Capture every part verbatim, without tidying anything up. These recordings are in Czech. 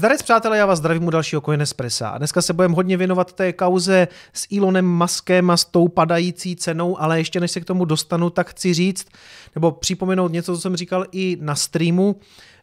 Zdarec přátelé, já vás zdravím u dalšího Coinespressa. A dneska se budeme hodně věnovat té kauze s Elonem Muskem a s tou padající cenou, ale ještě než se k tomu dostanu, tak chci říct, nebo připomenout něco, co jsem říkal i na streamu.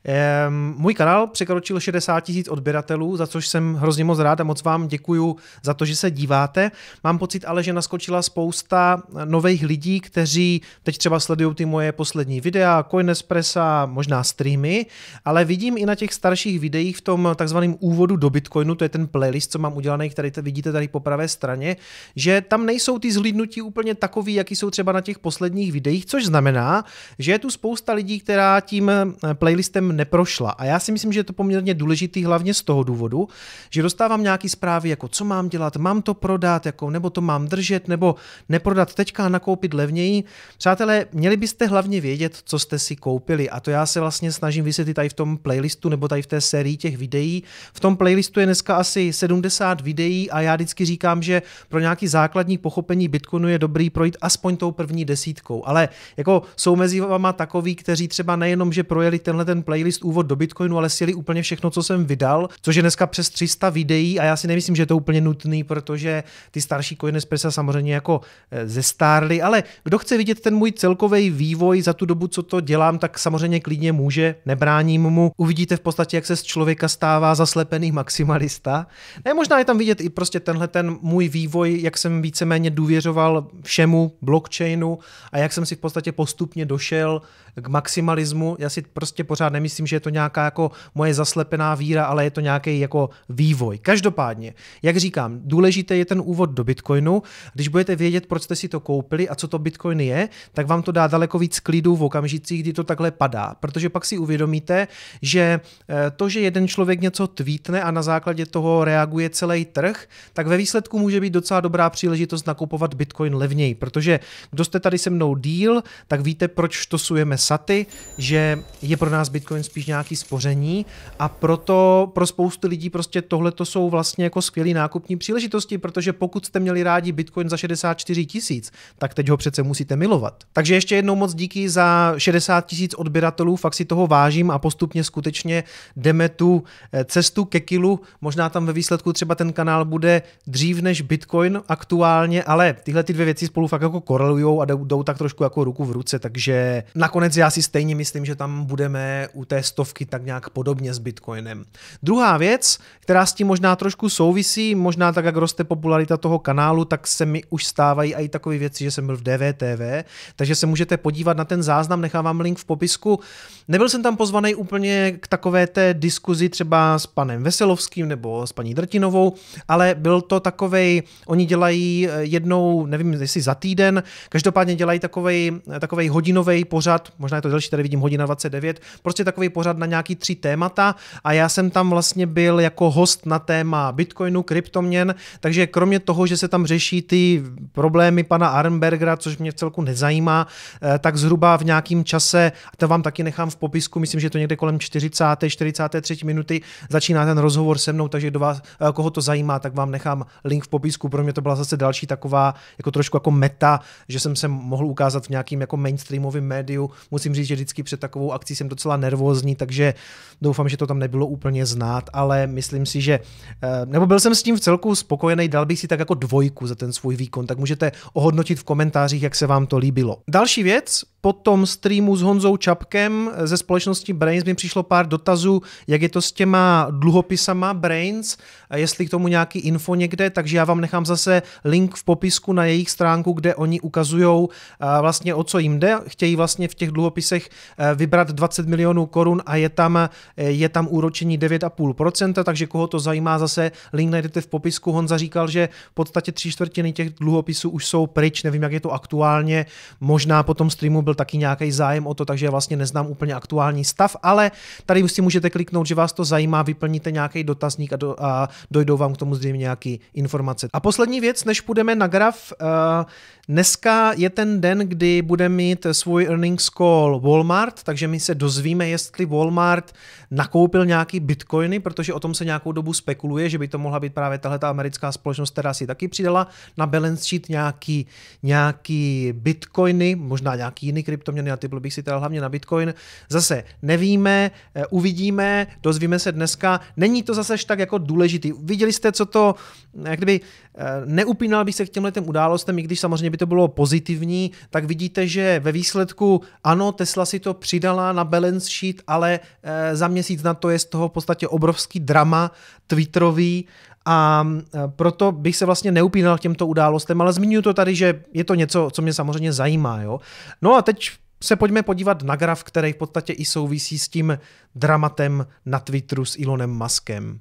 Um, můj kanál překročil šedesát tisíc odběratelů, za což jsem hrozně moc rád a moc vám děkuju za to, že se díváte. Mám pocit ale, že naskočila spousta nových lidí, kteří teď třeba sledují ty moje poslední videa, Coinespressa, možná streamy, ale vidím i na těch starších videích v tom takzvaném úvodu do Bitcoinu, to je ten playlist, co mám udělaný, který vidíte tady po pravé straně, že tam nejsou ty zhlídnutí úplně takový, jaký jsou třeba na těch posledních videích, což znamená, že je tu spousta lidí, která tím playlistem neprošla. A já si myslím, že je to poměrně důležitý hlavně z toho důvodu, že dostávám nějaký zprávy, jako co mám dělat, mám to prodat, jako, nebo to mám držet, nebo neprodat teďka a nakoupit levněji. Přátelé, měli byste hlavně vědět, co jste si koupili. A to já se vlastně snažím vysvětlit tady v tom playlistu, nebo tady v té sérii těch videí. V tom playlistu je dneska asi sedmdesát videí a já vždycky říkám, že pro nějaký základní pochopení Bitcoinu je dobrý projít aspoň tou první desítkou. Ale jako jsou mezi váma takoví, kteří třeba nejenom, že projeli tenhle ten playlist úvod do Bitcoinu, ale sjeli úplně všechno, co jsem vydal, což je dneska přes tři sta videí a já si nemyslím, že je to úplně nutný, protože ty starší Coinespressa samozřejmě jako zestárly, ale kdo chce vidět ten můj celkový vývoj za tu dobu, co to dělám, tak samozřejmě klidně může, nebráním mu. Uvidíte v podstatě, jak se z člověka stává zaslepený maximalista. Ne, možná je tam vidět i prostě tenhle ten můj vývoj, jak jsem víceméně důvěřoval všemu blockchainu a jak jsem si v podstatě postupně došel k maximalismu. Já si prostě pořád nemyslím, že je to nějaká jako moje zaslepená víra, ale je to nějaký jako vývoj. Každopádně, jak říkám, důležité je ten úvod do Bitcoinu. Když budete vědět, proč jste si to koupili a co to Bitcoin je, tak vám to dá daleko víc klidu v okamžicích, kdy to takhle padá. Protože pak si uvědomíte, že to, že jeden člověk něco tweetne a na základě toho reaguje celý trh, tak ve výsledku může být docela dobrá příležitost nakupovat Bitcoin levněji. Protože kdo jste tady se mnou deal, tak víte, proč štosujeme saty, že je pro nás Bitcoin spíš nějaký spoření a proto pro spoustu lidí prostě tohle to jsou vlastně jako skvělý nákupní příležitosti, protože pokud jste měli rádi Bitcoin za šedesát čtyři tisíc, tak teď ho přece musíte milovat. Takže ještě jednou moc díky za šedesát tisíc odběratelů, fakt si toho vážím a postupně skutečně jdeme tu cestu ke kilu, možná tam ve výsledku třeba ten kanál bude dřív než Bitcoin aktuálně, ale tyhle ty dvě věci spolu fakt jako korelujou a jdou, jdou tak trošku jako ruku v ruce, takže nakonec já si stejně myslím, že tam budeme u té stovky tak nějak podobně s Bitcoinem. Druhá věc, která s tím možná trošku souvisí, možná tak, jak roste popularita toho kanálu, tak se mi už stávají i takové věci, že jsem byl v D V T V, takže se můžete podívat na ten záznam, nechám vám link v popisku. Nebyl jsem tam pozvaný úplně k takové té diskuzi třeba s panem Veselovským nebo s paní Drtinovou, ale byl to takovej, oni dělají jednou, nevím, jestli za týden, každopádně dělají takovej, takovej hodinový pořad, možná je to delší, tady vidím hodina dvacet devět, prostě takový pořad na nějaký tři témata a já jsem tam vlastně byl jako host na téma Bitcoinu, kryptoměn, takže kromě toho, že se tam řeší ty problémy pana Arnbergera, což mě v celku nezajímá, tak zhruba v nějakém čase, a to vám taky nechám v popisku, myslím, že je to někde kolem čtyřicáté, čtyřicáté třetí minuty, začíná ten rozhovor se mnou, takže kdo vás, koho to zajímá, tak vám nechám link v popisku. Pro mě to byla zase další taková, jako trošku jako meta, že jsem se mohl ukázat v nějakým jako mainstreamovém médiu. Musím říct, že vždycky před takovou akcí jsem docela nervózní, takže doufám, že to tam nebylo úplně znát, ale myslím si, že nebo byl jsem s tím v celku spokojený, dal bych si tak jako dvojku za ten svůj výkon, tak můžete ohodnotit v komentářích, jak se vám to líbilo. Další věc, po tom streamu s Honzou Čapkem ze společnosti Brains mi přišlo pár dotazů, jak je to s těma dluhopisama Brains, jestli k tomu nějaký info někde, takže já vám nechám zase link v popisku na jejich stránku, kde oni ukazujou vlastně o co jim jde. Chtějí vlastně v těch dluhopisech vybrat dvacet milionů korun a je tam, je tam úročení devět celá pět procenta, takže koho to zajímá, zase link najdete v popisku. Honza říkal, že v podstatě tři čtvrtiny těch dluhopisů už jsou pryč, nevím, jak je to aktuálně, možná po tom streamu byl taky nějaký zájem o to, takže já vlastně neznám úplně aktuální stav, ale tady si můžete kliknout, že vás to zajímá, vyplníte nějaký dotazník a, do, a dojdou vám k tomu zřejmě nějaké informace. A poslední věc, než půjdeme na graf, uh, dneska je ten den, kdy bude mít svůj earnings call Walmart, takže my se dozvíme, jestli Walmart nakoupil nějaký bitcoiny, protože o tom se nějakou dobu spekuluje, že by to mohla být právě tahle americká společnost, která si taky přidala na balance sheet nějaký, nějaký bitcoiny, možná nějaký jiný jiný kryptoměny a typl bych si teda hlavně na Bitcoin. Zase nevíme, uvidíme, dozvíme se dneska. Není to zase tak jako důležitý. Viděli jste, co to, jak kdyby neupínal bych se k těmhletem událostem, i když samozřejmě by to bylo pozitivní, tak vidíte, že ve výsledku ano, Tesla si to přidala na balance sheet, ale za měsíc na to je z toho v podstatě obrovský drama twitterový a proto bych se vlastně neupínal k těmto událostem, ale zmiňuji to tady, že je to něco, co mě samozřejmě zajímá. Jo? No a teď se pojďme podívat na graf, který v podstatě i souvisí s tím dramatem na Twitteru s Elonem Muskem.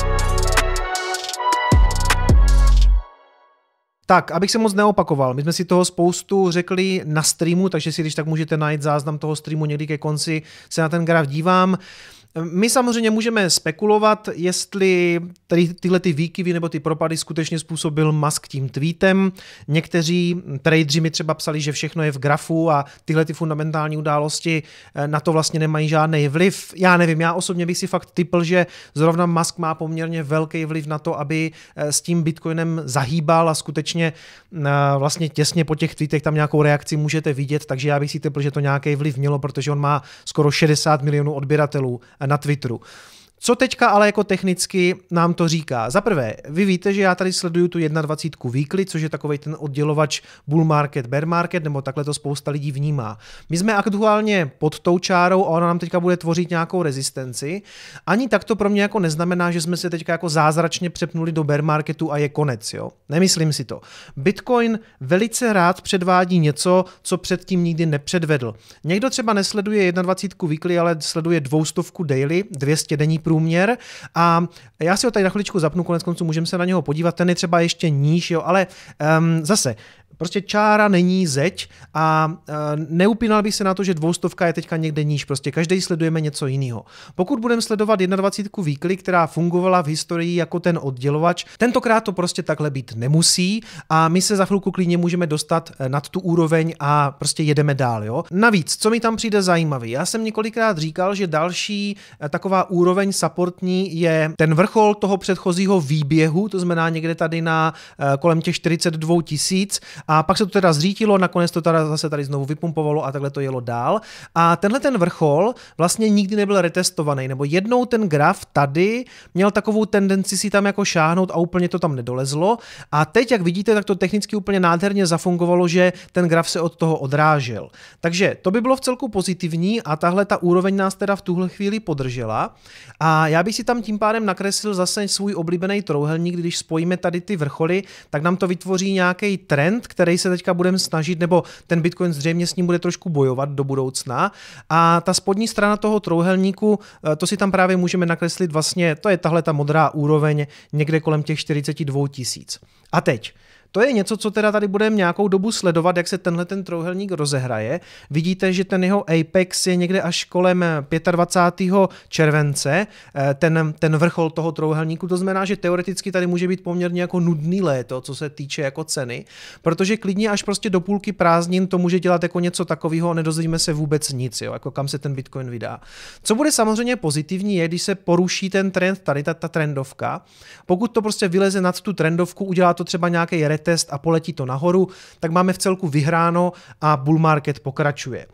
Tak, abych se moc neopakoval, my jsme si toho spoustu řekli na streamu, takže si když tak můžete najít záznam toho streamu někdy ke konci, se na ten graf dívám. My samozřejmě můžeme spekulovat, jestli tady tyhle ty výkyvy nebo ty propady skutečně způsobil Musk tím tweetem. Někteří tradeři mi třeba psali, že všechno je v grafu a tyhle ty fundamentální události na to vlastně nemají žádný vliv. Já nevím, já osobně bych si fakt tipl, že zrovna Musk má poměrně velký vliv na to, aby s tím Bitcoinem zahýbal a skutečně vlastně těsně po těch tweetech tam nějakou reakci můžete vidět, takže já bych si tipl, že to nějaký vliv mělo, protože on má skoro šedesát milionů odběratelů na Twitteru. Co teďka ale jako technicky nám to říká? Za prvé, vy víte, že já tady sleduju tu dvacet jedna weekly, což je takovej ten oddělovač bull market, bear market, nebo takhle to spousta lidí vnímá. My jsme aktuálně pod tou čárou a ona nám teďka bude tvořit nějakou rezistenci. Ani tak to pro mě jako neznamená, že jsme se teďka jako zázračně přepnuli do bear marketu a je konec, jo? Nemyslím si to. Bitcoin velice rád předvádí něco, co předtím nikdy nepředvedl. Někdo třeba nesleduje dvacet jedna weekly, ale sleduje dvoustovku daily, dvě stě denní průměr a já si ho tady na chviličku zapnu, konec konců můžeme se na něho podívat, ten je třeba ještě níž, jo, ale um, zase, prostě čára není zeď a uh, neupínal bych se na to, že dvoustovka je teďka někde níž, prostě každý sledujeme něco jiného. Pokud budeme sledovat dvacet jedna weekly, která fungovala v historii jako ten oddělovač, tentokrát to prostě takhle být nemusí a my se za chvilku klidně můžeme dostat nad tu úroveň a prostě jedeme dál, jo. Navíc, co mi tam přijde zajímavý, já jsem několikrát říkal, že další taková úroveň supportní je ten vrchol toho předchozího výběhu, to znamená někde tady na kolem těch čtyřicet dva tisíc a pak se to teda zřítilo, nakonec to teda zase tady znovu vypumpovalo a takhle to jelo dál. A tenhle ten vrchol vlastně nikdy nebyl retestovaný, nebo jednou ten graf tady měl takovou tendenci si tam jako šáhnout a úplně to tam nedolezlo. A teď, jak vidíte, tak to technicky úplně nádherně zafungovalo, že ten graf se od toho odrážel. Takže to by bylo v celku pozitivní a tahle ta úroveň nás teda v tuhle chvíli podržela. A já bych si tam tím pádem nakreslil zase svůj oblíbený trouhelník, když spojíme tady ty vrcholy, tak nám to vytvoří nějaký trend, který se teďka budeme snažit, nebo ten Bitcoin zřejmě s ním bude trošku bojovat do budoucna. A ta spodní strana toho trouhelníku, to si tam právě můžeme nakreslit vlastně, to je tahle ta modrá úroveň někde kolem těch čtyřicet dva tisíc. A teď, to je něco, co teda tady budeme nějakou dobu sledovat, jak se tenhle ten trouhelník rozehraje. Vidíte, že ten jeho apex je někde až kolem dvacátého pátého července, ten, ten vrchol toho trouhelníku. To znamená, že teoreticky tady může být poměrně jako nudný léto, co se týče jako ceny, protože klidně až prostě do půlky prázdnin to může dělat jako něco takového a nedozvíme se vůbec nic, jo, jako kam se ten Bitcoin vydá. Co bude samozřejmě pozitivní je, když se poruší ten trend, tady ta, ta trendovka. Pokud to prostě vyleze nad tu trendovku, udělá to třeba nějaký test a poletí to nahoru, tak máme v celku vyhráno a bull market pokračuje.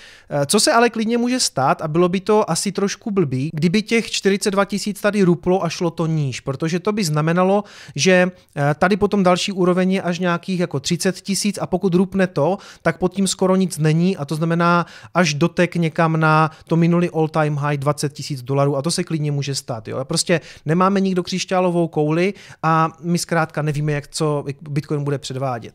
Co se ale klidně může stát, a bylo by to asi trošku blbý, kdyby těch čtyřicet dva tisíc tady ruplo a šlo to níž, protože to by znamenalo, že tady potom další úroveň je až nějakých jako třicet tisíc a pokud rupne to, tak pod tím skoro nic není a to znamená až dotek někam na to minulý all time high dvacet tisíc dolarů a to se klidně může stát. Jo? Prostě nemáme nikdo křišťálovou kouli a my zkrátka nevíme, jak co Bitcoin bude předvádět.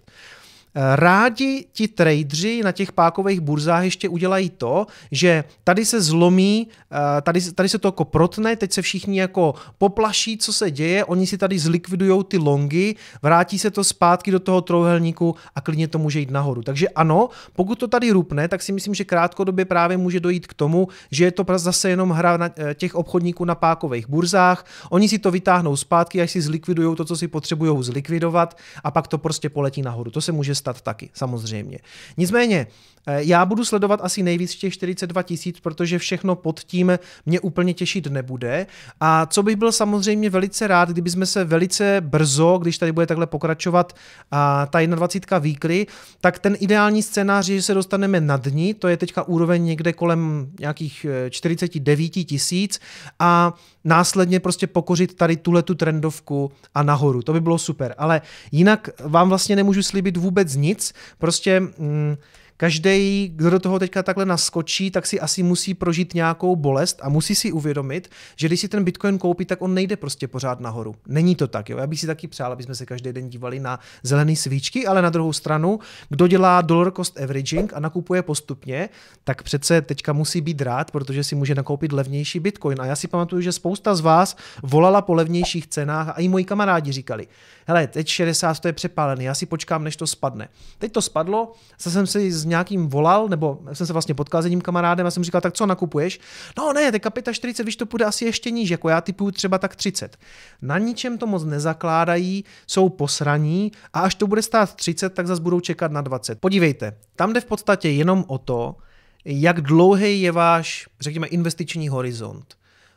Rádi ti tradeři na těch pákových burzách ještě udělají to, že tady se zlomí, tady, tady se to jako protne, teď se všichni jako poplaší, co se děje, oni si tady zlikvidujou ty longy, vrátí se to zpátky do toho trouhelníku a klidně to může jít nahoru. Takže ano, pokud to tady rupne, tak si myslím, že krátkodobě právě může dojít k tomu, že je to zase jenom hra na těch obchodníků na pákových burzách, oni si to vytáhnou zpátky, až si zlikvidujou to, co si potřebují zlikvidovat a pak to prostě poletí nahoru. To se může stát. dostat taky, samozřejmě. Nicméně, já budu sledovat asi nejvíc těch čtyřicet dva tisíc, protože všechno pod tím mě úplně těšit nebude. A co bych byl samozřejmě velice rád, kdybychom se velice brzo, když tady bude takhle pokračovat a ta jednadvacítka weekly, tak ten ideální scénář je, že se dostaneme na dni, to je teďka úroveň někde kolem nějakých čtyřicet devět tisíc a následně prostě pokořit tady tuhletu trendovku a nahoru. To by bylo super, ale jinak vám vlastně nemůžu slíbit vůbec nic, prostě... Mm, Každý, kdo do toho teďka takhle naskočí, tak si asi musí prožít nějakou bolest a musí si uvědomit, že když si ten Bitcoin koupí, tak on nejde prostě pořád nahoru. Není to tak, jo. Já bych si taky přál, aby jsme se každý den dívali na zelené svíčky, ale na druhou stranu, kdo dělá dollar cost averaging a nakupuje postupně, tak přece teďka musí být rád, protože si může nakoupit levnější Bitcoin. A já si pamatuju, že spousta z vás volala po levnějších cenách a i moji kamarádi říkali: hele, teď šedesát, to je přepálený, já si počkám, než to spadne. Teď to spadlo, zase jsem si s nějakým volal, nebo jsem se vlastně potkal s jedním kamarádem a jsem říkal, tak co nakupuješ? No ne, teďka čtyřicet pět, víš, to půjde asi ještě níž, jako já typuju třeba tak třicet. Na ničem to moc nezakládají, jsou posraní a až to bude stát třicet, tak zase budou čekat na dvacet. Podívejte, tam jde v podstatě jenom o to, jak dlouhý je váš, řekněme, investiční horizont.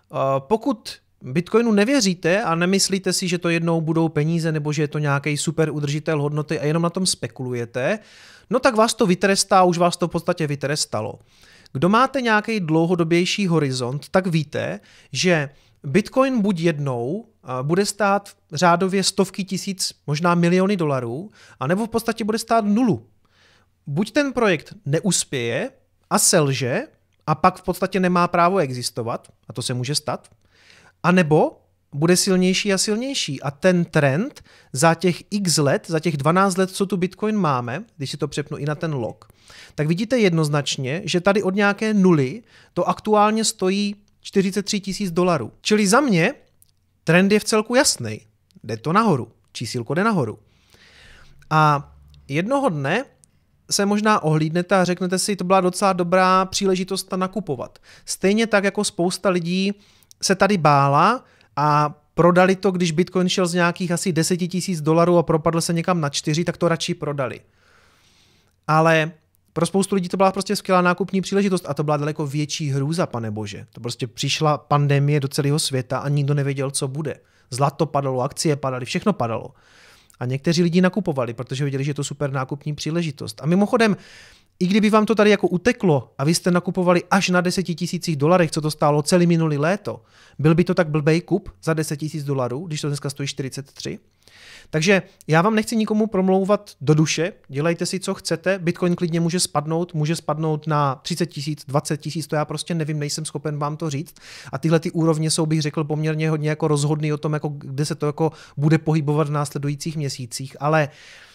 Pokud Bitcoinu nevěříte a nemyslíte si, že to jednou budou peníze nebo že je to nějaký super udržitel hodnoty a jenom na tom spekulujete, no tak vás to vytrestá, už vás to v podstatě vytrestalo. Kdo máte nějaký dlouhodobější horizont, tak víte, že Bitcoin buď jednou bude stát řádově stovky tisíc, možná miliony dolarů, anebo v podstatě bude stát nulu. Buď ten projekt neuspěje a selže a pak v podstatě nemá právo existovat, a to se může stát, a nebo bude silnější a silnější. A ten trend za těch x let, za těch dvanáct let, co tu Bitcoin máme, když si to přepnu i na ten log, tak vidíte jednoznačně, že tady od nějaké nuly to aktuálně stojí čtyřicet tři tisíc dolarů. Čili za mě trend je v celku jasný. Jde to nahoru. Čísílko jde nahoru. A jednoho dne se možná ohlídnete a řeknete si, to byla docela dobrá příležitost nakupovat. Stejně tak jako spousta lidí se tady bála a prodali to, když Bitcoin šel z nějakých asi deset tisíc dolarů a propadl se někam na čtyři, tak to radši prodali. Ale pro spoustu lidí to byla prostě skvělá nákupní příležitost a to byla daleko větší hrůza, pane bože. To prostě přišla pandemie do celého světa a nikdo nevěděl, co bude. Zlato padalo, akcie padaly, všechno padalo. A někteří lidi nakupovali, protože viděli, že je to super nákupní příležitost. A mimochodem, i kdyby vám to tady jako uteklo a vy jste nakupovali až na deset tisících dolarech, co to stálo celý minulý léto, byl by to tak blbej kup za deset tisíc dolarů, když to dneska stojí čtyřicet tři? Takže já vám nechci nikomu promlouvat do duše, dělejte si, co chcete, Bitcoin klidně může spadnout, může spadnout na třicet tisíc, dvacet tisíc, to já prostě nevím, nejsem schopen vám to říct. A tyhle ty úrovně jsou, bych řekl, poměrně hodně jako rozhodný o tom, jako kde se to jako bude pohybovat v následujících měsících, ale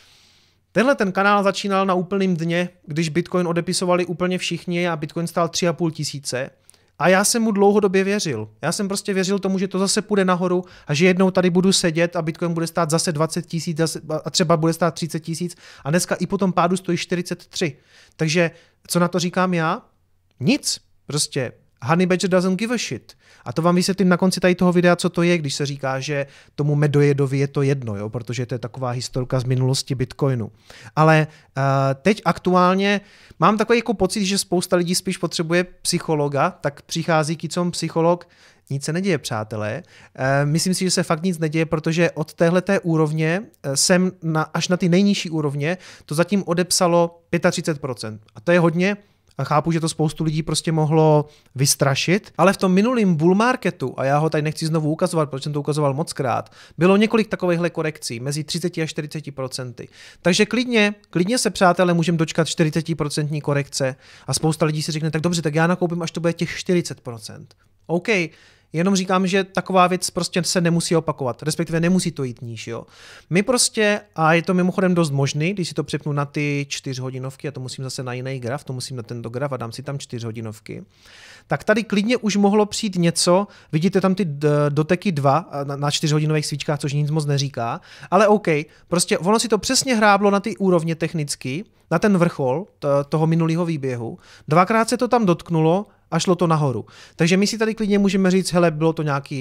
tenhle ten kanál začínal na úplném dně, když Bitcoin odepisovali úplně všichni a Bitcoin stál tři a půl tisíce. A já jsem mu dlouhodobě věřil. Já jsem prostě věřil tomu, že to zase půjde nahoru a že jednou tady budu sedět a Bitcoin bude stát zase dvacet tisíc a třeba bude stát třicet tisíc a dneska i po tom pádu stojí čtyřicet tři. Takže co na to říkám já? Nic. Prostě Honey Badger doesn't give a shit. A to vám vysvětlím na konci tady toho videa, co to je, když se říká, že tomu medojedovi je to jedno, jo? Protože to je taková historka z minulosti Bitcoinu. Ale uh, teď aktuálně mám takový jako pocit, že spousta lidí spíš potřebuje psychologa, tak přichází kicom psycholog. Nic se neděje, přátelé. E, myslím si, že se fakt nic neděje, protože od téhleté úrovně sem na, až na ty nejnižší úrovně to zatím odepsalo třicet pět procent. A to je hodně. A chápu, že to spoustu lidí prostě mohlo vystrašit, ale v tom minulém bull marketu, a já ho tady nechci znovu ukazovat, protože jsem to ukazoval mockrát, bylo několik takovýchhle korekcí, mezi třicet až čtyřicet procent. Takže klidně, klidně se, přátelé, můžeme dočkat čtyřicet procent korekce a spousta lidí si řekne, tak dobře, tak já nakoupím, až to bude těch čtyřicet procent. OK, jenom říkám, že taková věc prostě se nemusí opakovat, respektive nemusí to jít níž, jo. My prostě, a je to mimochodem dost možný, když si to přepnu na ty čtyřhodinovky, a to musím zase na jiný graf, to musím na tento graf a dám si tam čtyřhodinovky, tak tady klidně už mohlo přijít něco, vidíte tam ty doteky dva na čtyřhodinových svíčkách, což nic moc neříká, ale OK, prostě ono si to přesně hráblo na ty úrovně technicky, na ten vrchol toho minulého výběhu, dvakrát se to tam dotknulo a šlo to nahoru. Takže my si tady klidně můžeme říct, hele, bylo to nějaký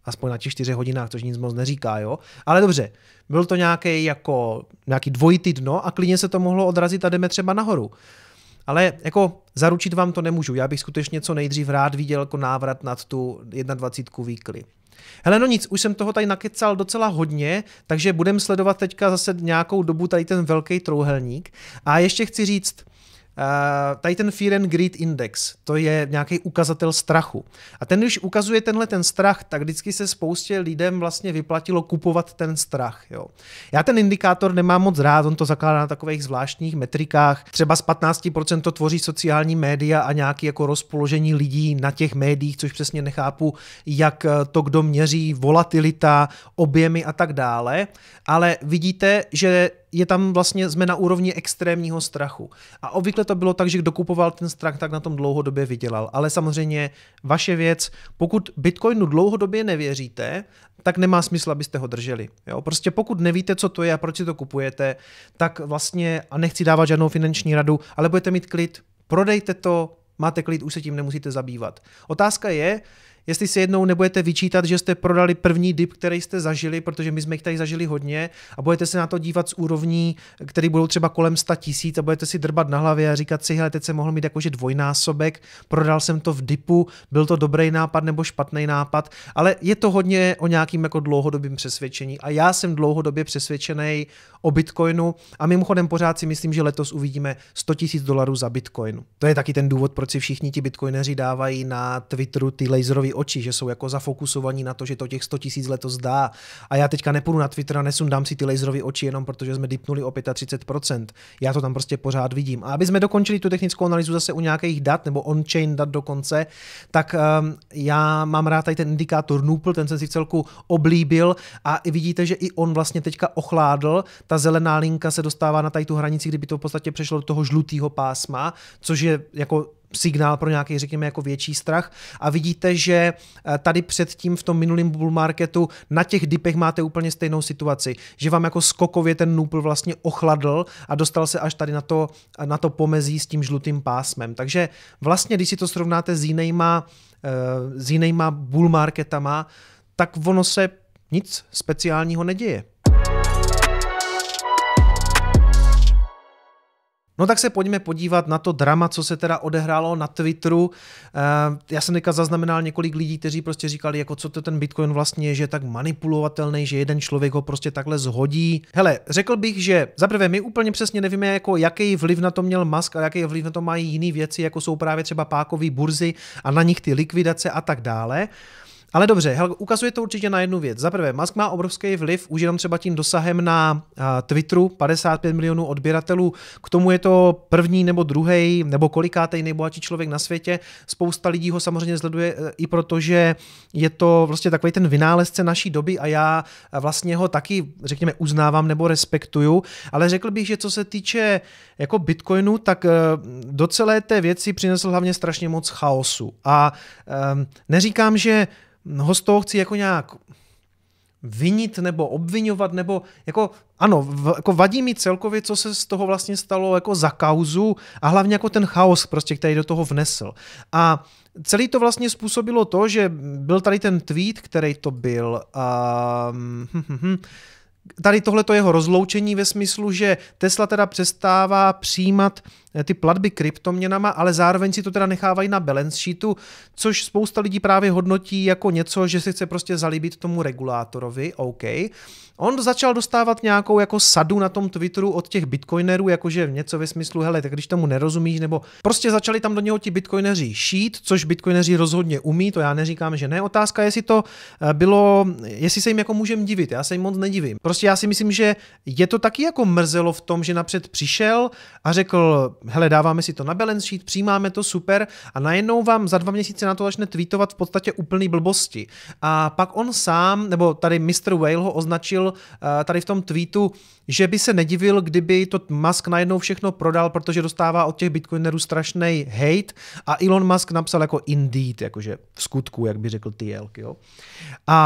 aspoň na těch čtyřech hodinách, což nic moc neříká, jo. Ale dobře, byl to nějaký jako nějaký dvojitý dno a klidně se to mohlo odrazit a jdeme třeba nahoru. Ale jako zaručit vám to nemůžu, já bych skutečně co nejdřív rád viděl jako návrat nad tu dvacet jedna weekly. Hele, no nic, už jsem toho tady nakecal docela hodně, takže budeme sledovat teďka zase nějakou dobu tady ten velký trouhelník. A ještě chci říct, Uh, tady ten Fear and Greed Index, to je nějaký ukazatel strachu. A ten, když ukazuje tenhle ten strach, tak vždycky se spoustě lidem vlastně vyplatilo kupovat ten strach. Jo. Já ten indikátor nemám moc rád, on to zakládá na takových zvláštních metrikách. Třeba z patnáct procent to tvoří sociální média a nějaké jako rozpoložení lidí na těch médiích, což přesně nechápu, jak to kdo měří, volatilita, objemy a tak dále. Ale vidíte, že je tam vlastně, jsme na úrovni extrémního strachu. A obvykle to bylo tak, že kdo kupoval ten strach, tak na tom dlouhodobě vydělal. Ale samozřejmě vaše věc, pokud Bitcoinu dlouhodobě nevěříte, tak nemá smysl, abyste ho drželi. Jo? Prostě pokud nevíte, co to je a proč si to kupujete, tak vlastně, a nechci dávat žádnou finanční radu, ale budete mít klid, prodejte to, máte klid, už se tím nemusíte zabývat. Otázka je, jestli si jednou nebudete vyčítat, že jste prodali první dip, který jste zažili, protože my jsme jich tady zažili hodně a budete se na to dívat z úrovní, které budou třeba kolem sto tisíc a budete si drbat na hlavě a říkat si, hele, teď jsem mohl mít jakože dvojnásobek, prodal jsem to v dipu, byl to dobrý nápad nebo špatný nápad, ale je to hodně o nějakým jako dlouhodobým přesvědčení a já jsem dlouhodobě přesvědčený o Bitcoinu a mimochodem pořád si myslím, že letos uvidíme sto tisíc dolarů za Bitcoin. To je taky ten důvod, proč si všichni ti bitcoineři dávají na Twitteru ty laserové oči, že jsou jako zafokusovaní na to, že to těch sto tisíc letos dá. A já teďka nepůjdu na Twitter a nesundám si ty laserové oči jenom protože jsme dipnuli o třicet pět procent. Já to tam prostě pořád vidím. A aby jsme dokončili tu technickou analýzu zase u nějakých dat nebo on-chain dat dokonce, tak um, já mám rád tady ten indikátor Nupl, ten jsem si v celku oblíbil a i vidíte, že i on vlastně teďka ochládl. Ta zelená linka se dostává na tady tu hranici, kdyby to v podstatě přešlo do toho žlutého pásma, což je jako signál pro nějaký, řekněme, jako větší strach. A vidíte, že tady předtím v tom minulém bull marketu na těch dipech máte úplně stejnou situaci, že vám jako skokově ten Nupl vlastně ochladl a dostal se až tady na to, na to pomezí s tím žlutým pásmem. Takže vlastně, když si to srovnáte s jinýma, s jinýma bull marketama, tak ono se nic speciálního neděje. No tak se pojďme podívat na to drama, co se teda odehrálo na Twitteru. Já jsem teďka zaznamenal několik lidí, kteří prostě říkali, jako co to ten Bitcoin vlastně je, že je tak manipulovatelný, že jeden člověk ho prostě takhle zhodí. Hele, řekl bych, že zaprvé my úplně přesně nevíme, jako jaký vliv na to měl Musk a jaký vliv na to mají jiné věci, jako jsou právě třeba pákové burzy a na nich ty likvidace a tak dále. Ale dobře, hele, ukazuje to určitě na jednu věc. Za prvé, Musk má obrovský vliv, už jenom třeba tím dosahem na uh, Twitteru, padesát pět milionů odběratelů, k tomu je to první nebo druhý nebo kolikátej nejbohatší člověk na světě. Spousta lidí ho samozřejmě sleduje uh, i proto, že je to vlastně takový ten vynálezce naší doby a já uh, vlastně ho taky, řekněme, uznávám nebo respektuju, ale řekl bych, že co se týče jako Bitcoinu, tak uh, do celé té věci přinesl hlavně strašně moc chaosu. A um, neříkám, že ho z toho chci jako nějak vinit nebo obvinovat, nebo jako ano, v, jako vadí mi celkově, co se z toho vlastně stalo jako za kauzu a hlavně jako ten chaos, prostě, který do toho vnesl. A celý to vlastně způsobilo to, že byl tady ten tweet, který to byl um, hm, hm, hm, tady tohleto jeho rozloučení ve smyslu, že Tesla teda přestává přijímat ty platby kryptoměnama, ale zároveň si to teda nechávají na balance sheetu, což spousta lidí právě hodnotí jako něco, že se chce prostě zalíbit tomu regulátorovi, OK. On začal dostávat nějakou jako sadu na tom Twitteru od těch bitcoinerů, jakože něco ve smyslu, hele, tak když tomu nerozumíš, nebo prostě začali tam do něho ti bitcoineři šít, což bitcoineři rozhodně umí, to já neříkám, že ne. Otázka je, jestli to bylo, jestli se jim jako můžem divit, já se jim moc nedivím. Prostě já si myslím, že je to taky jako mrzelo v tom, že napřed přišel a řekl, hele, dáváme si to na balance sheet, přijímáme to, super, a najednou vám za dva měsíce na to začne tweetovat v podstatě úplný blbosti. A pak on sám, nebo tady mister Whale ho označil tady v tom tweetu, že by se nedivil, kdyby to Musk najednou všechno prodal, protože dostává od těch bitcoinerů strašný hate a Elon Musk napsal jako indeed, jakože v skutku, jak by řekl T L. Jo? A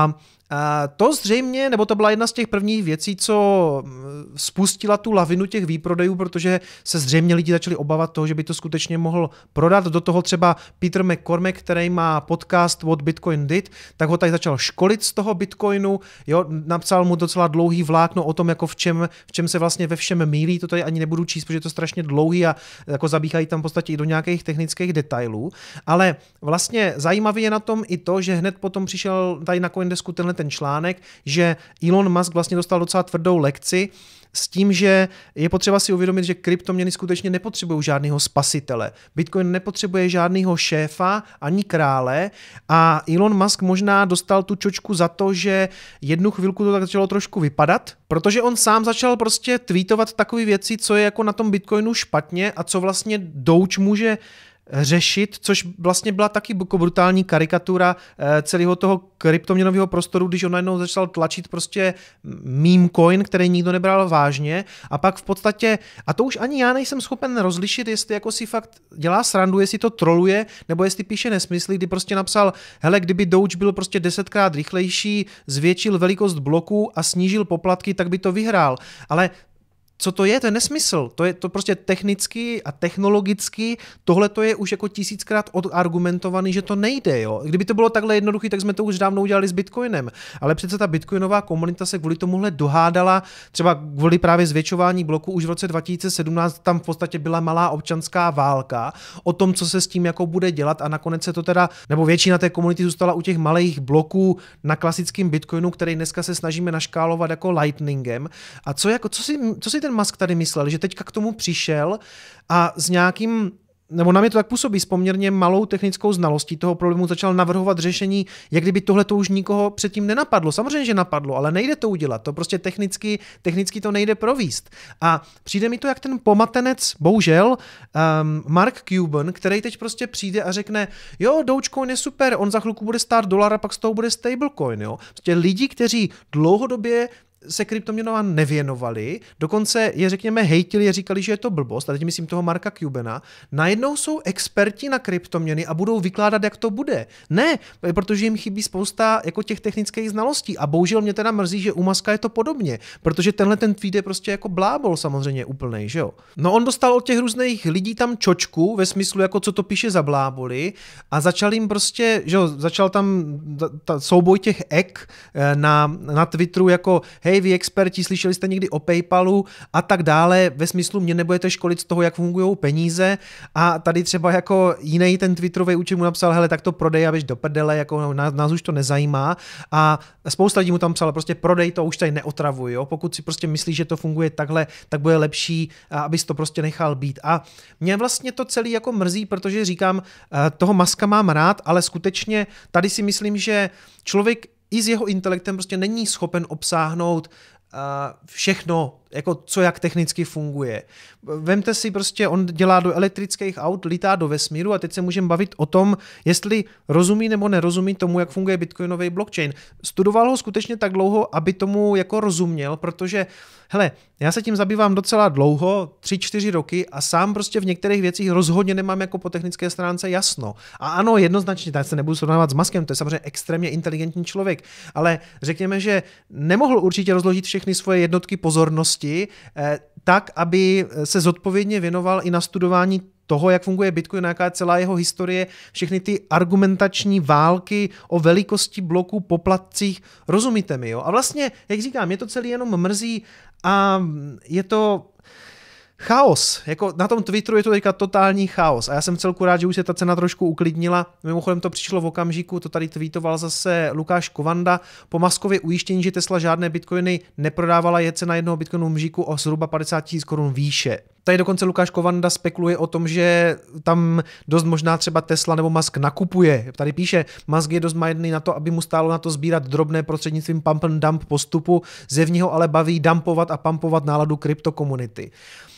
A to zřejmě, nebo to byla jedna z těch prvních věcí, co spustila tu lavinu těch výprodejů, protože se zřejmě lidi začali obávat toho, že by to skutečně mohl prodat. Do toho třeba Peter McCormack, který má podcast What Bitcoin Did, tak ho tady začal školit z toho Bitcoinu, jo, napsal mu docela dlouhý vlákno o tom, jako v čem, v čem se vlastně ve všem mýlí, to tady ani nebudu číst, protože je to strašně dlouhý a jako zabíhají tam v podstatě i do nějakých technických detailů, ale vlastně zajímavý je na tom i to, že hned potom přišel tady na CoinDesku tenhle ten článek, že Elon Musk vlastně dostal docela tvrdou lekci s tím, že je potřeba si uvědomit, že kryptoměny skutečně nepotřebují žádného spasitele. Bitcoin nepotřebuje žádného šéfa ani krále a Elon Musk možná dostal tu čočku za to, že jednu chvilku to tak začalo trošku vypadat, protože on sám začal prostě tweetovat takové věci, co je jako na tom Bitcoinu špatně a co vlastně Doge může řešit, což vlastně byla taky brutální karikatura celého toho kryptoměnového prostoru, když on najednou začal tlačit prostě meme coin, který nikdo nebral vážně a pak v podstatě, a to už ani já nejsem schopen rozlišit, jestli jako si fakt dělá srandu, jestli to troluje, nebo jestli píše nesmysly, kdy prostě napsal, hele, kdyby Doge byl prostě desetkrát rychlejší, zvětšil velikost bloku a snížil poplatky, tak by to vyhrál. Ale co to je? To je nesmysl. To je to prostě technicky a technologicky, tohle to je už jako tisíckrát odargumentovaný, že to nejde. Jo? Kdyby to bylo takhle jednoduché, tak jsme to už dávno udělali s Bitcoinem. Ale přece ta bitcoinová komunita se kvůli tomuhle dohádala, třeba kvůli právě zvětšování bloku už v roce dva tisíce sedmnáct tam v podstatě byla malá občanská válka o tom, co se s tím jako bude dělat a nakonec se to teda, nebo většina té komunity zůstala u těch malých bloků na klasickém Bitcoinu, který dneska se snažíme naškálovat jako Lightningem. A co, jako, co, si, co si ten Musk tady myslel, že teďka k tomu přišel a s nějakým, nebo na mě to tak působí, s poměrně malou technickou znalostí toho problému začal navrhovat řešení, jak kdyby tohle to už nikoho předtím nenapadlo. Samozřejmě, že napadlo, ale nejde to udělat. To prostě technicky, technicky to nejde províst. A přijde mi to jak ten pomatenec, bohužel, um, Mark Cuban, který teď prostě přijde a řekne, jo, Dogecoin je super, on za chvilku bude stát dolar a pak z toho bude stablecoin. Jo? Prostě lidi, kteří dlouhodobě se kryptoměnám nevěnovali, dokonce je, řekněme, hejtili a říkali, že je to blbost, a teď myslím toho Marka Cubana, najednou jsou experti na kryptoměny a budou vykládat, jak to bude. Ne, protože jim chybí spousta jako těch technických znalostí a bohužel mě teda mrzí, že u Muska je to podobně, protože tenhle ten tweet je prostě jako blábol samozřejmě úplnej, že jo. No on dostal od těch různých lidí tam čočku ve smyslu, jako co to píše za bláboli a začal jim prostě, že jo, začal tam ta souboj těch ek na, na Twitteru jako hej, vy experti, slyšeli jste někdy o PayPalu a tak dále, ve smyslu mě nebudete školit z toho, jak fungují peníze a tady třeba jako jiný ten Twitterový účet mu napsal, hele, tak to prodej a běž do prdele, jako nás, nás už to nezajímá a spousta lidí mu tam psala, prostě prodej to, už tady neotravuj, jo? Pokud si prostě myslíš, že to funguje takhle, tak bude lepší, abys to prostě nechal být. A mě vlastně to celý jako mrzí, protože říkám, toho Muska mám rád, ale skutečně tady si myslím, že člověk i s jeho intelektem prostě není schopen obsáhnout uh, všechno, jako co jak technicky funguje. Vemte si prostě, on dělá do elektrických aut, lítá do vesmíru a teď se můžeme bavit o tom, jestli rozumí nebo nerozumí tomu, jak funguje bitcoinový blockchain. Studoval ho skutečně tak dlouho, aby tomu jako rozuměl, protože hele, já se tím zabývám docela dlouho, tři, čtyři roky a sám prostě v některých věcích rozhodně nemám jako po technické stránce jasno. A ano, jednoznačně, tak se nebudu srovnávat s Muskem, to je samozřejmě extrémně inteligentní člověk, ale řekněme, že nemohl určitě rozložit všechny svoje jednotky pozornosti eh, tak, aby se zodpovědně věnoval i na studování toho, jak funguje Bitcoin, jaká je celá jeho historie, všechny ty argumentační války o velikosti bloků, poplatcích, rozumíte mi, jo? A vlastně, jak říkám, je to celý jenom mrzí a je to chaos. Jako na tom Twitteru je to teďka totální chaos a já jsem celku rád, že už se ta cena trošku uklidnila. Mimochodem to přišlo v okamžiku, to tady tweetoval zase Lukáš Kovanda, po Muskově ujištění, že Tesla žádné bitcoiny neprodávala, je cena jednoho bitcoinu mžíku o zhruba padesát tisíc korun výše. Tady dokonce Lukáš Kovanda spekuluje o tom, že tam dost možná třeba Tesla nebo Musk nakupuje. Tady píše, Musk je dost majetný na to, aby mu stálo na to sbírat drobné prostřednictvím pump and dump postupu, zevně ho ale baví dumpovat a pumpovat náladu kryptokomunity.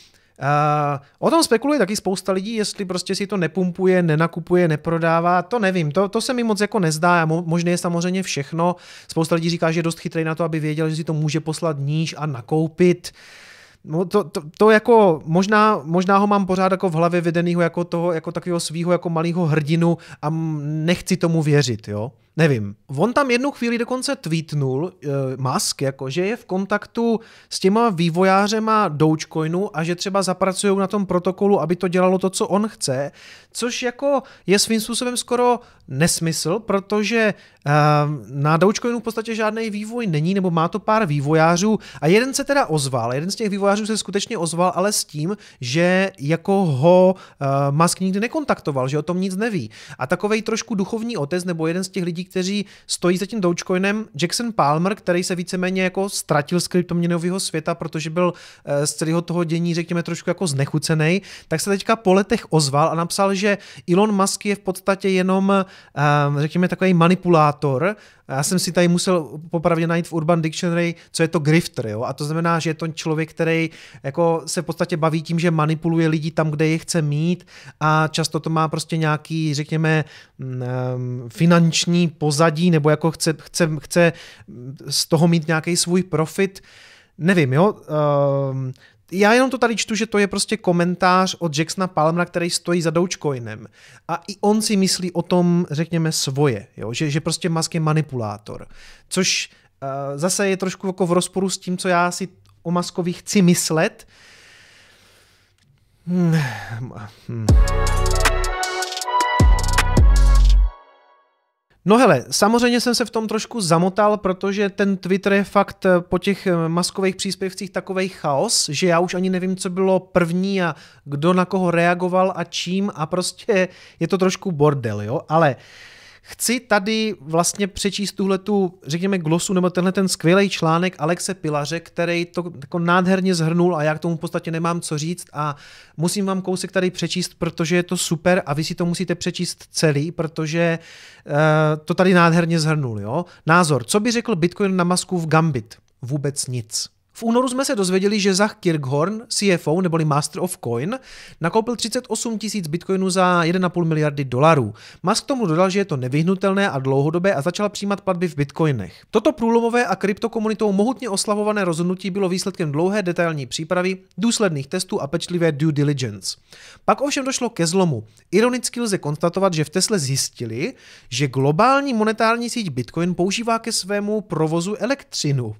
Uh, o tom spekuluje taky spousta lidí, jestli prostě si to nepumpuje, nenakupuje, neprodává, to nevím, to, to se mi moc jako nezdá, mo, možné je samozřejmě všechno, spousta lidí říká, že je dost chytrý na to, aby věděl, že si to může poslat níž a nakoupit. No to, to, to jako možná, možná ho mám pořád jako v hlavě vedenýho jako toho, jako takového svýho jako malého hrdinu a nechci tomu věřit, jo. Nevím. On tam jednu chvíli dokonce tweetnul uh, Musk, jako, že je v kontaktu s těma vývojářema Dogecoinu a že třeba zapracují na tom protokolu, aby to dělalo to, co on chce, což jako je svým způsobem skoro nesmysl, protože uh, na Dogecoinu v podstatě žádný vývoj není, nebo má to pár vývojářů a jeden se teda ozval, jeden z těch vývojářů se skutečně ozval, ale s tím, že jako ho uh, Musk nikdy nekontaktoval, že o tom nic neví. A takovej trošku duchovní otec, nebo jeden z těch lidí, kteří stojí za tím Dogecoinem, Jackson Palmer, který se víceméně jako ztratil z kryptoměnového světa, protože byl uh, z celého toho dění, řekněme, trošku jako znechucený, tak se teďka po letech ozval a napsal, že Elon Musk je v podstatě jenom, uh, řekněme, takový manipulátor. Já jsem si tady musel popravdě najít v Urban Dictionary, co je to grifter, jo? A to znamená, že je to člověk, který jako se v podstatě baví tím, že manipuluje lidi tam, kde je chce mít a často to má prostě nějaký, řekněme, um, finanční pozadí, nebo jako chce, chce, chce z toho mít nějaký svůj profit. Nevím, jo? Um, Já jenom to tady čtu, že to je prostě komentář od Jacksona Palmera, který stojí za Dogecoinem. A i on si myslí o tom, řekněme, svoje, jo? Že, že prostě Musk je manipulátor. Což uh, zase je trošku jako v rozporu s tím, co já si o Muskovi chci myslet. Hmm. Hmm. No hele, samozřejmě jsem se v tom trošku zamotal, protože ten Twitter je fakt po těch Muskových příspěvcích takovej chaos, že já už ani nevím, co bylo první a kdo na koho reagoval a čím a prostě je to trošku bordel, jo, ale chci tady vlastně přečíst tuhletu, řekněme, glosu nebo tenhle ten skvělý článek Alexe Pilaře, který to jako nádherně zhrnul a já k tomu v podstatě nemám co říct a musím vám kousek tady přečíst, protože je to super a vy si to musíte přečíst celý, protože uh, to tady nádherně zhrnul, jo. Názor, co by řekl Bitcoin na Muskův Gambit? Vůbec nic. V únoru jsme se dozvěděli, že Zach Kirkhorn, C F O neboli Master of Coin, nakoupil třicet osm tisíc bitcoinů za jedna celá pět miliardy dolarů. Musk tomu dodal, že je to nevyhnutelné a dlouhodobé a začal přijímat platby v bitcoinech. Toto průlomové a kryptokomunitou mohutně oslavované rozhodnutí bylo výsledkem dlouhé detailní přípravy, důsledných testů a pečlivé due diligence. Pak ovšem došlo ke zlomu. Ironicky lze konstatovat, že v Tesle zjistili, že globální monetární síť Bitcoin používá ke svému provozu elektřinu.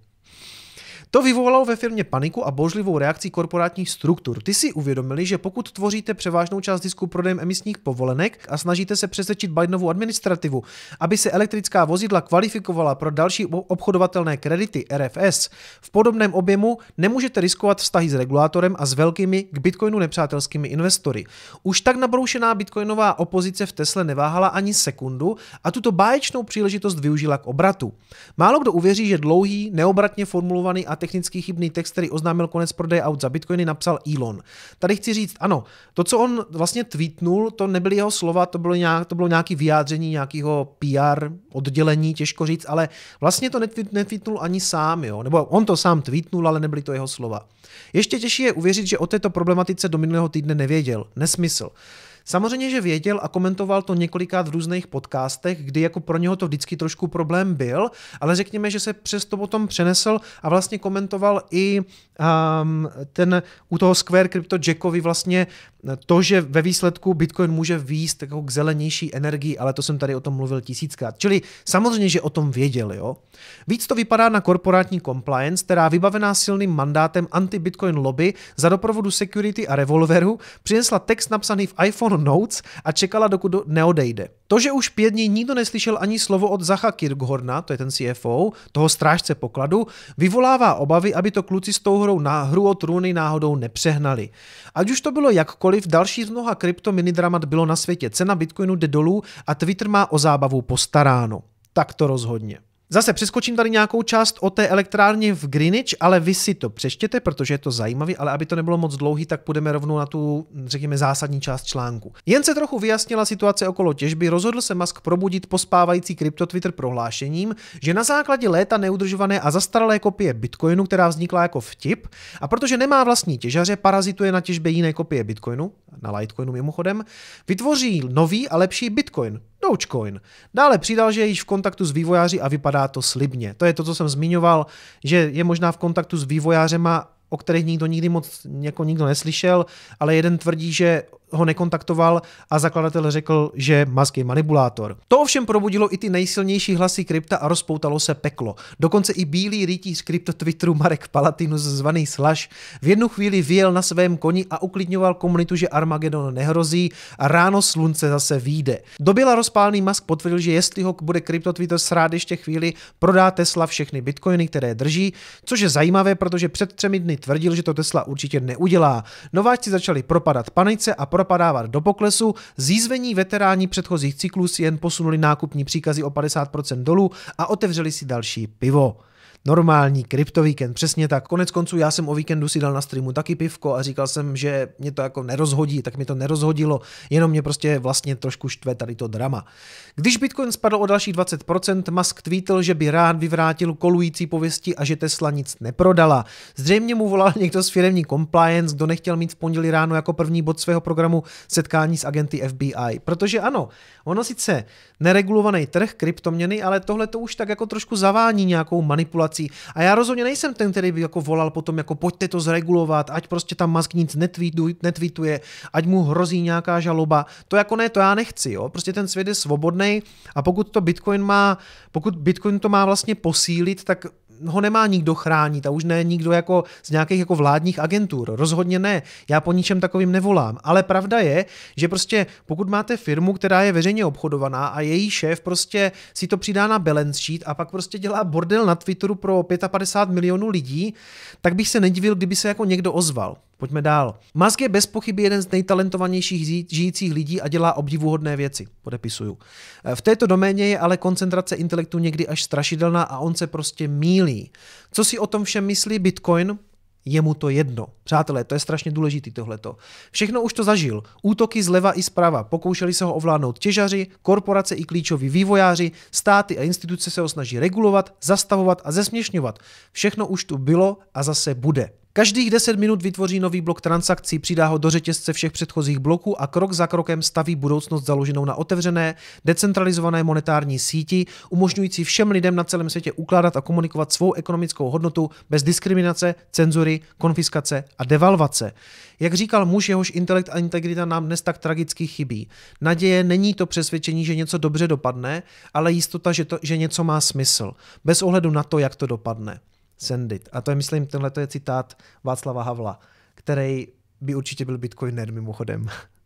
To vyvolalo ve firmě paniku a bouřlivou reakci korporátních struktur. Ty si uvědomili, že pokud tvoříte převážnou část zisku prodejem emisních povolenek a snažíte se přesvědčit Bidenovu administrativu, aby se elektrická vozidla kvalifikovala pro další obchodovatelné kredity R F S, v podobném objemu nemůžete riskovat vztahy s regulátorem a s velkými k Bitcoinu nepřátelskými investory. Už tak nabroušená bitcoinová opozice v Tesle neváhala ani sekundu a tuto báječnou příležitost využila k obratu. Málo kdo uvěří, že dlouhý, neobratně formulovaný a technický chybný text, který oznámil konec prodeje aut za bitcoiny, napsal Elon. Tady chci říct, ano, to, co on vlastně tweetnul, to nebyly jeho slova, to bylo, nějak, to bylo nějaké vyjádření nějakého P R oddělení, těžko říct, ale vlastně to netweetnul ani sám, jo? Nebo on to sám tweetnul, ale nebyly to jeho slova. Ještě těžší je uvěřit, že o této problematice do minulého týdne nevěděl. Nesmysl. Samozřejmě, že věděl a komentoval to několikrát v různých podcastech, kdy jako pro něho to vždycky trošku problém byl, ale řekněme, že se přesto potom přenesl a vlastně komentoval i um, ten u toho Square Crypto Jackovi vlastně to, že ve výsledku Bitcoin může výjist jako k zelenější energii, ale to jsem tady o tom mluvil tisíckrát. Čili samozřejmě, že o tom věděl, jo. Víc to vypadá na korporátní compliance, která vybavená silným mandátem anti-Bitcoin lobby za doprovodu security a revolveru přinesla text napsaný v iPhone Notes a čekala, dokud neodejde. To, že už pět dní nikdo neslyšel ani slovo od Zacha Kirkhorna, to je ten C F O, toho strážce pokladu, vyvolává obavy, aby to kluci s tou hrou na hru o trůny náhodou nepřehnali. Ať už to bylo jakkoliv, další z mnoha krypto minidramat bylo na světě. Cena Bitcoinu jde dolů a Twitter má o zábavu postaráno. Tak to rozhodně. Zase přeskočím tady nějakou část o té elektrárně v Greenwich, ale vy si to přečtěte, protože je to zajímavé, ale aby to nebylo moc dlouhý, tak půjdeme rovnou na tu, řekněme, zásadní část článku. Jen se trochu vyjasnila situace okolo těžby, rozhodl se Musk probudit pospávající krypto Twitter prohlášením, že na základě léta neudržované a zastaralé kopie Bitcoinu, která vznikla jako vtip, a protože nemá vlastní těžaře, parazituje na těžbě jiné kopie Bitcoinu, na Litecoinu mimochodem, vytvoří nový a lepší Bitcoin. Dogecoin. Dále přidal, že je již v kontaktu s vývojáři a vypadá to slibně. To je to, co jsem zmiňoval, že je možná v kontaktu s vývojářema, o kterých nikdo nikdy moc jako nikdo neslyšel, ale jeden tvrdí, že ho nekontaktoval a zakladatel řekl, že Musk je manipulátor. To ovšem probudilo i ty nejsilnější hlasy krypta a rozpoutalo se peklo. Dokonce i bílý rytíř krypto Twitteru Marek Palatinus zvaný Slash v jednu chvíli vyjel na svém koni a uklidňoval komunitu, že Armagedon nehrozí a ráno slunce zase vyjde. Doběla rozpálný Musk potvrdil, že jestli ho bude krypto Twitter srát ještě chvíli, prodá Tesla všechny bitcoiny, které drží, což je zajímavé, protože před třemi dny tvrdil, že to Tesla určitě neudělá. Nováčci začali propadat panice a propadávat do poklesu, zízvení veteráni předchozích cyklů si jen posunuli nákupní příkazy o padesát procent dolů a otevřeli si další pivo. Normální kryptovíkend, přesně tak. Konec konců já jsem o víkendu si dal na streamu taky pivko a říkal jsem, že mě to jako nerozhodí, tak mě to nerozhodilo, jenom mě prostě vlastně trošku štve tady to drama. Když Bitcoin spadl o dalších dvacet procent, Musk tweetil, že by rád vyvrátil kolující pověsti a že Tesla nic neprodala. Zřejmě mu volal někdo z firemní compliance, kdo nechtěl mít v pondělí ráno jako první bod svého programu setkání s agenty F B I. Protože ano, ono sice neregulovaný trh, kryptoměny, ale tohle to už tak jako trošku zavání nějakou manipulací. A já rozhodně nejsem ten, který by jako volal potom, jako pojďte to zregulovat, ať prostě tam Musk nic netweetuje, ať mu hrozí nějaká žaloba. To jako ne, to já nechci, jo. Prostě ten svět je svobodný a pokud to Bitcoin má, pokud Bitcoin to má vlastně posílit, tak ho nemá nikdo chránit a už ne nikdo jako z nějakých jako vládních agentur. Rozhodně ne. Já po ničem takovým nevolám. Ale pravda je, že prostě pokud máte firmu, která je veřejně obchodovaná a její šéf prostě si to přidá na balance sheet a pak prostě dělá bordel na Twitteru pro padesát pět milionů lidí, tak bych se nedivil, kdyby se jako někdo ozval. Pojďme dál. Musk je bez pochyby jeden z nejtalentovanějších žijících lidí a dělá obdivuhodné věci. Podepisuju. V této doméně je ale koncentrace intelektu někdy až strašidelná a on se prostě mýlí. Co si o tom všem myslí Bitcoin? Je mu to jedno. Přátelé, to je strašně důležitý tohleto. Všechno už to zažil. Útoky zleva i zprava. Pokoušeli se ho ovládnout těžaři, korporace i klíčoví vývojáři, státy a instituce se ho snaží regulovat, zastavovat a zesměšňovat. Všechno už tu bylo a zase bude. Každých deset minut vytvoří nový blok transakcí, přidá ho do řetězce všech předchozích bloků a krok za krokem staví budoucnost založenou na otevřené, decentralizované monetární síti, umožňující všem lidem na celém světě ukládat a komunikovat svou ekonomickou hodnotu bez diskriminace, cenzury, konfiskace a devalvace. Jak říkal muž, jehož intelekt a integrita nám dnes tak tragicky chybí. Naděje není to přesvědčení, že něco dobře dopadne, ale jistota, že, to, že něco má smysl, bez ohledu na to, jak to dopadne. Send it. A to je, myslím, tenhle je citát Václava Havla, který by určitě byl bitcoiner mimochodem.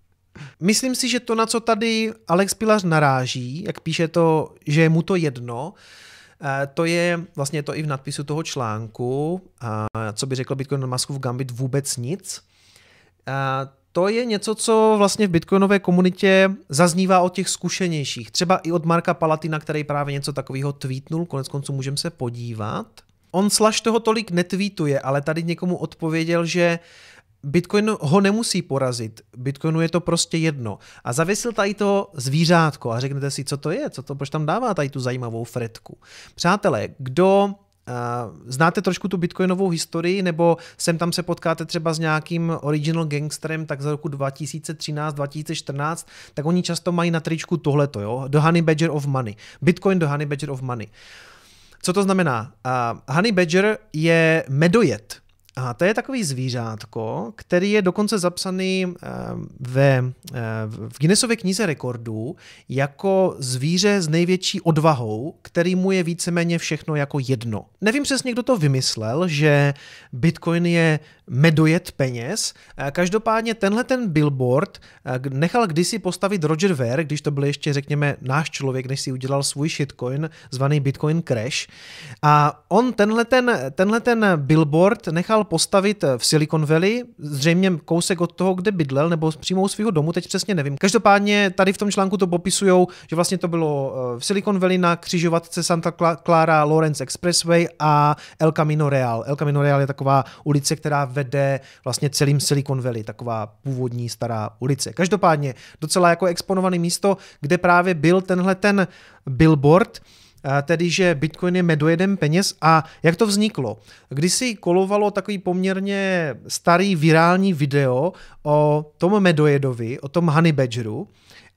Myslím si, že to, na co tady Alex Pilař naráží, jak píše to, že je mu to jedno, to je vlastně to i v nadpisu toho článku, co by řekl Bitcoin Muskův Gambit, vůbec nic. To je něco, co vlastně v bitcoinové komunitě zaznívá od těch zkušenějších. Třeba i od Marka Palatina, který právě něco takového tweetnul, konec konců můžeme se podívat. On Slash toho tolik netweetuje, ale tady někomu odpověděl, že Bitcoin ho nemusí porazit. Bitcoinu je to prostě jedno. A zavěsil tady to zvířátko a řeknete si, co to je, co to, proč tam dává tady tu zajímavou fretku. Přátelé, kdo Uh, znáte trošku tu bitcoinovou historii, nebo sem tam se potkáte třeba s nějakým original gangsterem, tak za roku dva tisíce třináct dva tisíce čtrnáct, tak oni často mají na tričku tohleto, jo? The Honey Badger of Money. Bitcoin the Honey Badger of Money. Co to znamená? Uh, honey Badger je medojed. A to je takový zvířátko, který je dokonce zapsaný ve, v Guinnessově knize rekordů jako zvíře s největší odvahou, který mu je víceméně všechno jako jedno. Nevím přesně, kdo to vymyslel, že Bitcoin je medojed peněz. Každopádně tenhle ten billboard nechal kdysi postavit Roger Ver, když to byl ještě, řekněme, náš člověk, než si udělal svůj shitcoin, zvaný Bitcoin Crash. A on tenhle ten, tenhle ten billboard nechal postavit v Silicon Valley, zřejmě kousek od toho, kde bydlel, nebo přímo u svého domu, teď přesně nevím. Každopádně tady v tom článku to popisujou, že vlastně to bylo v Silicon Valley na křižovatce Santa Clara Lawrence Expressway a El Camino Real. El Camino Real je taková ulice, která vede vlastně celým Silicon Valley, taková původní stará ulice. Každopádně docela jako exponované místo, kde právě byl tenhle ten billboard, tedy že Bitcoin je medojedem peněz. A jak to vzniklo? Kdysi kolovalo takový poměrně starý virální video o tom medojedovi, o tom Honey Badgeru,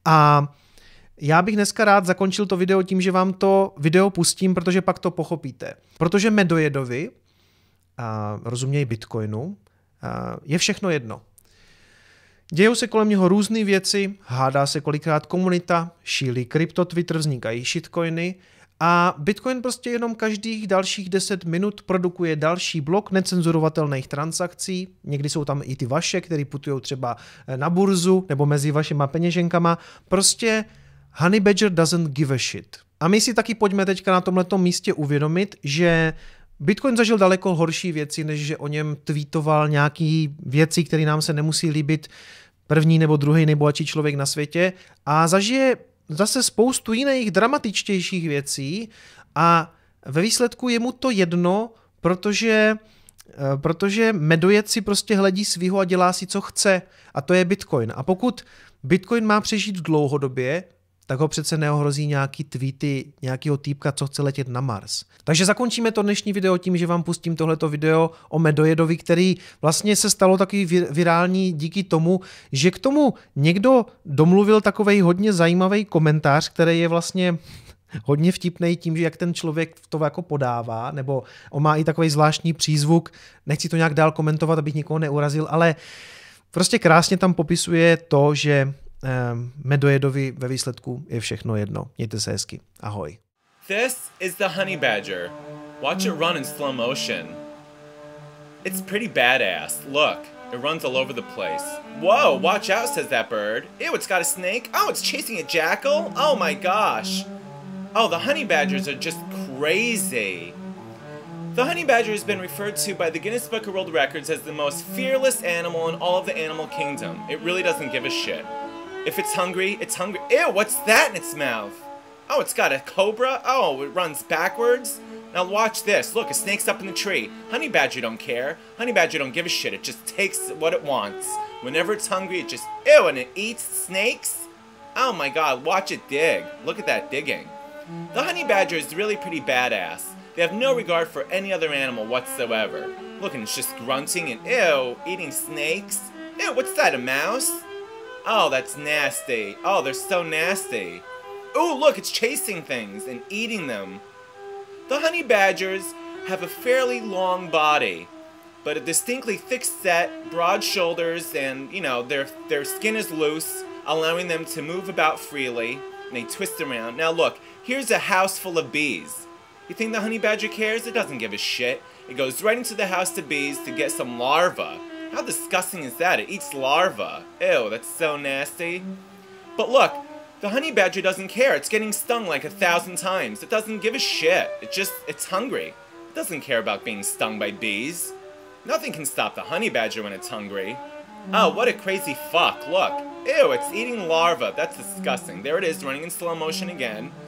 a já bych dneska rád zakončil to video tím, že vám to video pustím, protože pak to pochopíte. Protože medojedovi, a rozuměj Bitcoinu, a je všechno jedno. Dějou se kolem něho různé věci, hádá se kolikrát komunita, šílí krypto Twitter, vznikají shitcoiny a Bitcoin prostě jenom každých dalších deset minut produkuje další blok necenzurovatelných transakcí. Někdy jsou tam i ty vaše, které putují třeba na burzu nebo mezi vašima peněženkama. Prostě Honey Badger doesn't give a shit. A my si taky pojďme teďka na tomhletom místě uvědomit, že Bitcoin zažil daleko horší věci, než že o něm tweetoval nějaký věci, které nám se nemusí líbit první nebo druhý nejbohatší člověk na světě a zažije zase spoustu jiných dramatičtějších věcí a ve výsledku je mu to jedno, protože, protože medojed si prostě hledí svýho a dělá si, co chce a to je Bitcoin. A pokud Bitcoin má přežít dlouhodobě, tak ho přece neohrozí nějaký tweety nějakého týpka, co chce letět na Mars. Takže zakončíme to dnešní video tím, že vám pustím tohleto video o medojedovi, který vlastně se stalo takový virální díky tomu, že k tomu někdo domluvil takovej hodně zajímavý komentář, který je vlastně hodně vtipnej tím, že jak ten člověk to jako podává, nebo on má i takový zvláštní přízvuk, nechci to nějak dál komentovat, abych nikoho neurazil, ale prostě krásně tam popisuje to, že medojedovi ve výsledku je všechno jedno. Mějte se hezky. Ahoj. This is the honey badger. Watch it run in slow motion. It's pretty badass. Look, it runs all over the place. Whoa, watch out, says that bird. Ew, it's got a snake. Oh, it's chasing a jackal. Oh my gosh. Oh, the honey badgers are just crazy. The honey badger has been referred to by the Guinness Book of World Records as the most fearless animal in all of the animal kingdom. It really doesn't give a shit. If it's hungry, it's hungry. Ew, what's that in its mouth? Oh, it's got a cobra? Oh, it runs backwards? Now watch this. Look, a snake's up in the tree. Honey badger don't care. Honey badger don't give a shit. It just takes what it wants. Whenever it's hungry, it just... Ew, and it eats snakes? Oh my god, watch it dig. Look at that digging. The honey badger is really pretty badass. They have no regard for any other animal whatsoever. Look, and it's just grunting and ew, eating snakes. Ew, what's that, a mouse? Oh, that's nasty. Oh, they're so nasty. Ooh, look, it's chasing things and eating them. The honey badgers have a fairly long body, but a distinctly thick set, broad shoulders, and, you know, their, their skin is loose, allowing them to move about freely, and they twist around. Now look, here's a house full of bees. You think the honey badger cares? It doesn't give a shit. It goes right into the house of bees to get some larvae. How disgusting is that? It eats larvae. Ew, that's so nasty. But look, the honey badger doesn't care. It's getting stung like a thousand times. It doesn't give a shit. It just, it's hungry. It doesn't care about being stung by bees. Nothing can stop the honey badger when it's hungry. Oh, what a crazy fuck. Look. Ew, it's eating larvae. That's disgusting. There it is, running in slow motion again.